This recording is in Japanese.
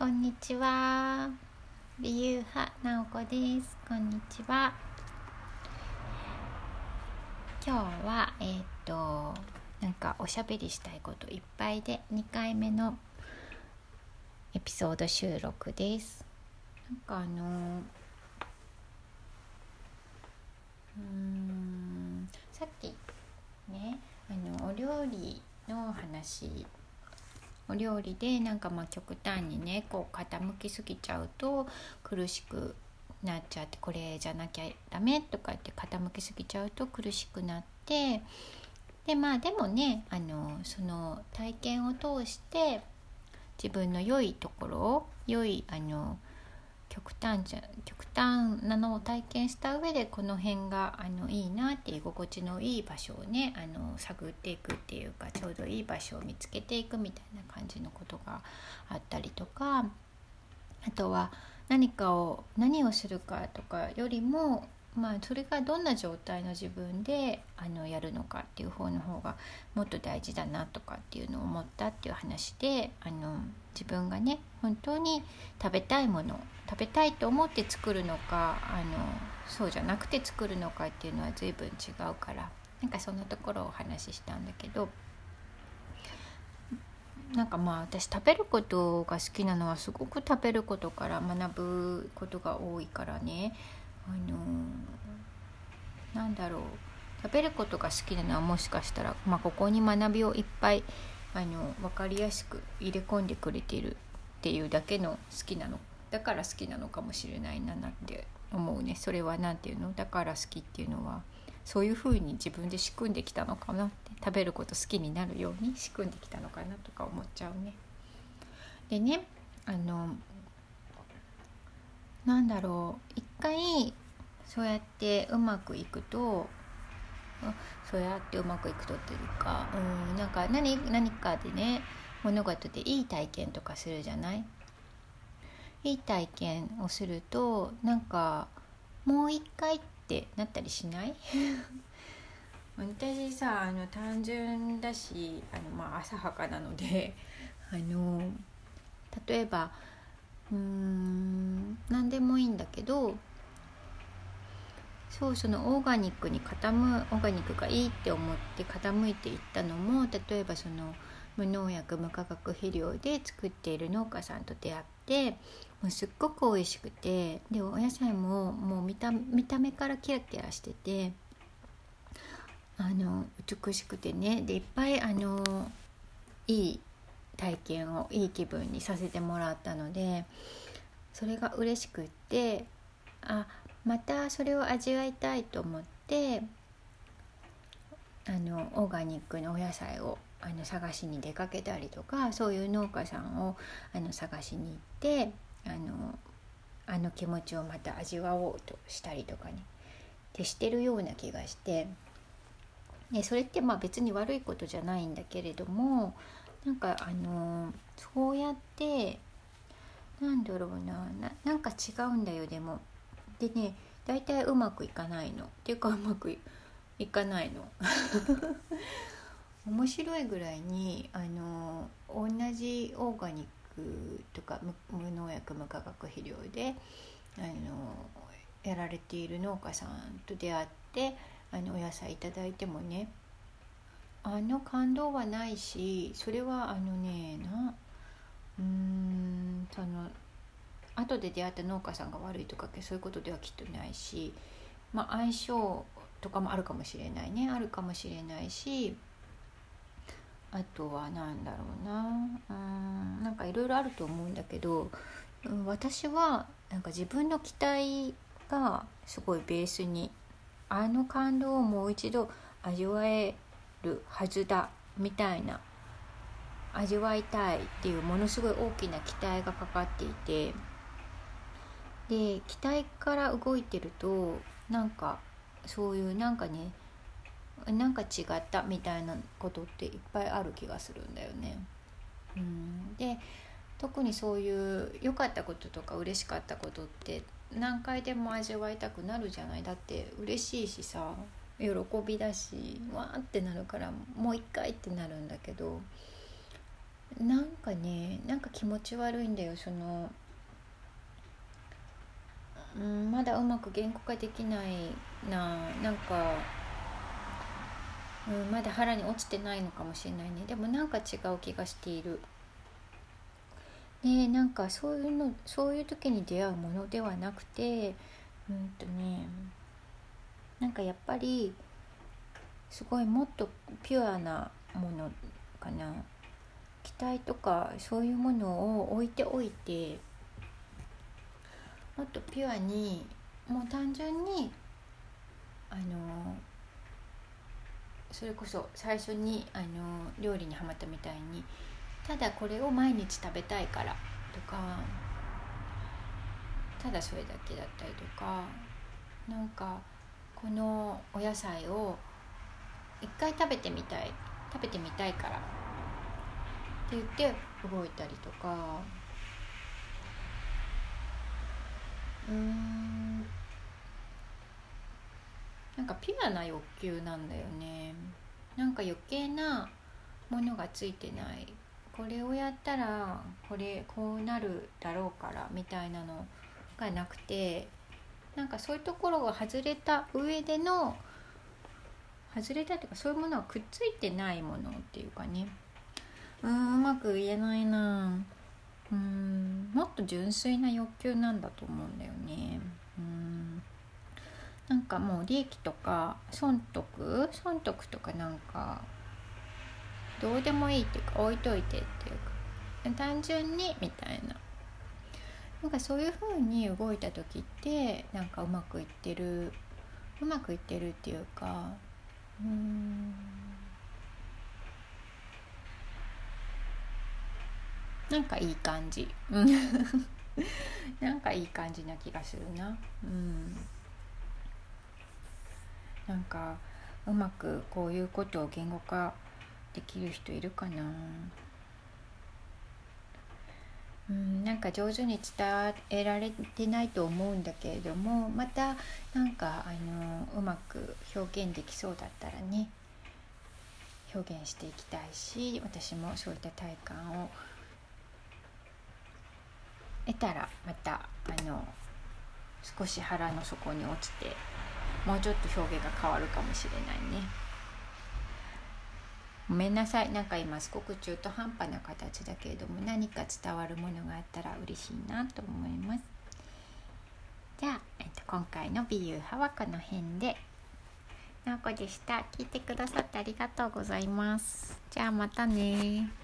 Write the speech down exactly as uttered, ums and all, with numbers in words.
こんにちは。美優派なおこです。こんにちは。今日はえー、っとなんかおしゃべりしたいこといっぱいでにかいめのエピソード収録です。なんかあのうーんさっきねあのお料理の話お料理でなんかまあ極端にねこう傾きすぎちゃうと苦しくなっちゃって、これじゃなきゃダメとかって傾きすぎちゃうと苦しくなって、でまあでもねあのその体験を通して自分の良いところを良いあの極端じゃ極端なのを体験した上で、この辺があのいいなっていう居心地のいい場所をねあの探っていくっていうか、ちょうどいい場所を見つけていくみたいな感じのことがあったりとか、あとは何かを何をするかとかよりも、まあ、それがどんな状態の自分であのやるのかっていう方の方がもっと大事だなとかっていうのを思ったっていう話で、あの自分がね本当に食べたいもの食べたいと思って作るのか、あのそうじゃなくて作るのかっていうのは随分違うから、なんかそんなところをお話ししたんだけど、なんかまあ私食べることが好きなのは、すごく食べることから学ぶことが多いからね、あのなんだろう食べることが好きなのはもしかしたら、まあ、ここに学びをいっぱいあの分かりやすく入れ込んでくれているっていうだけの好きなのだから好きなのかもしれないななんて思うね。それはなんていうのだから好きっていうのはそういう風に自分で仕組んできたのかなって、食べること好きになるように仕組んできたのかなとか思っちゃうね。でねあのなんだろう一回そうやってうまくいくとそうやってうまくいくとっていうか、うんなんか 何, 何かでね物事でいい体験とかするじゃない。いい体験をするとなんかもう一回ってなったりしない私さあの単純だしあの、まあ、浅はかなのであの例えばうーん何でもいいんだけど、そうそのオーガニックに傾むオーガニックがいいって思って傾いていったのも、例えばその無農薬無化学肥料で作っている農家さんと出会って、もうすっごく美味しくて、でお野菜ももう見た、見た目からキラキラしててあの美しくてね、でいっぱいあのいい体験をいい気分にさせてもらったので、それが嬉しくって、あまたそれを味わいたいと思ってあのオーガニックのお野菜をあの探しに出かけたりとか、そういう農家さんをあの探しに行ってあのあの気持ちをまた味わおうとしたりとかねってしてるような気がして、でそれってまあ別に悪いことじゃないんだけれども、なんかあのそうやってなんだろうな な, なんか違うんだよ。でもでねだいたいうまくいかないのっていうかうまく い, いかないの面白いぐらいにあの同じオーガニックとか 無, 無農薬無化学肥料であのやられている農家さんと出会ってあのお野菜いただいてもね、あの感動はないし、それはあのねなうーんその後で出会った農家さんが悪いとかそういうことではきっとないし、まあ、相性とかもあるかもしれないねあるかもしれないし、あとはなんだろうなうーんなんかいろいろあると思うんだけど、私はなんか自分の期待がすごいベースにあの感動をもう一度味わえるはずだみたいな、味わいたいっていうものすごい大きな期待がかかっていて、で期待から動いてるとなんかそういうなんかねなんか違ったみたいなことっていっぱいある気がするんだよね。うんで特にそういう良かったこととか嬉しかったことって何回でも味わいたくなるじゃない。だって嬉しいしさ喜びだしわーってなるからもう一回ってなるんだけど、 なんかねなんか気持ち悪いんだよ。その、うん、まだうまく言語化できないな。なんか、うん、まだ腹に落ちてないのかもしれないね。でもなんか違う気がしている。でなんかそういうのそういう時に出会うものではなくて、うんとねなんかやっぱりすごいもっとピュアなものかな。期待とかそういうものを置いておいて、もっとピュアに、もう単純にあのそれこそ最初にあの料理にハマったみたいに、ただこれを毎日食べたいからとか、ただそれだけだったりとか、なんかこのお野菜を一回食べてみたい食べてみたいからって言って動いたりとか、うーんなんかピュアな欲求なんだよね。なんか余計なものがついてない、これをやったらこれこうなるだろうからみたいなのがなくて、なんかそういうところが外れた上での、外れたっていうかそういうものはくっついてないものっていうかね、うーんうまく言えないな。うーんもっと純粋な欲求なんだと思うんだよね。うーんなんかもう利益とか損得損得とかなんかどうでもいいっていうか置いといてっていうか、単純にみたいな、なんかそういう風に動いた時ってなんかうまくいってるうまくいってるっていうか、うーんなんかいい感じなんかいい感じな気がするな。うんなんかうまくこういうことを言語化できる人いるかな。うんなんか上手に伝えられてないと思うんだけれども、またなんかあのうまく表現できそうだったらね、表現していきたいし、私もそういった体感を得たらまたあの少し腹の底に落ちて、もうちょっと表現が変わるかもしれないね。ごめんなさい、なんか今すごく中途半端な形だけれども、何か伝わるものがあったら嬉しいなと思います。じゃあ、えっと、今回の美優派はこの辺で。なおこでした。聞いてくださってありがとうございます。じゃあまたね。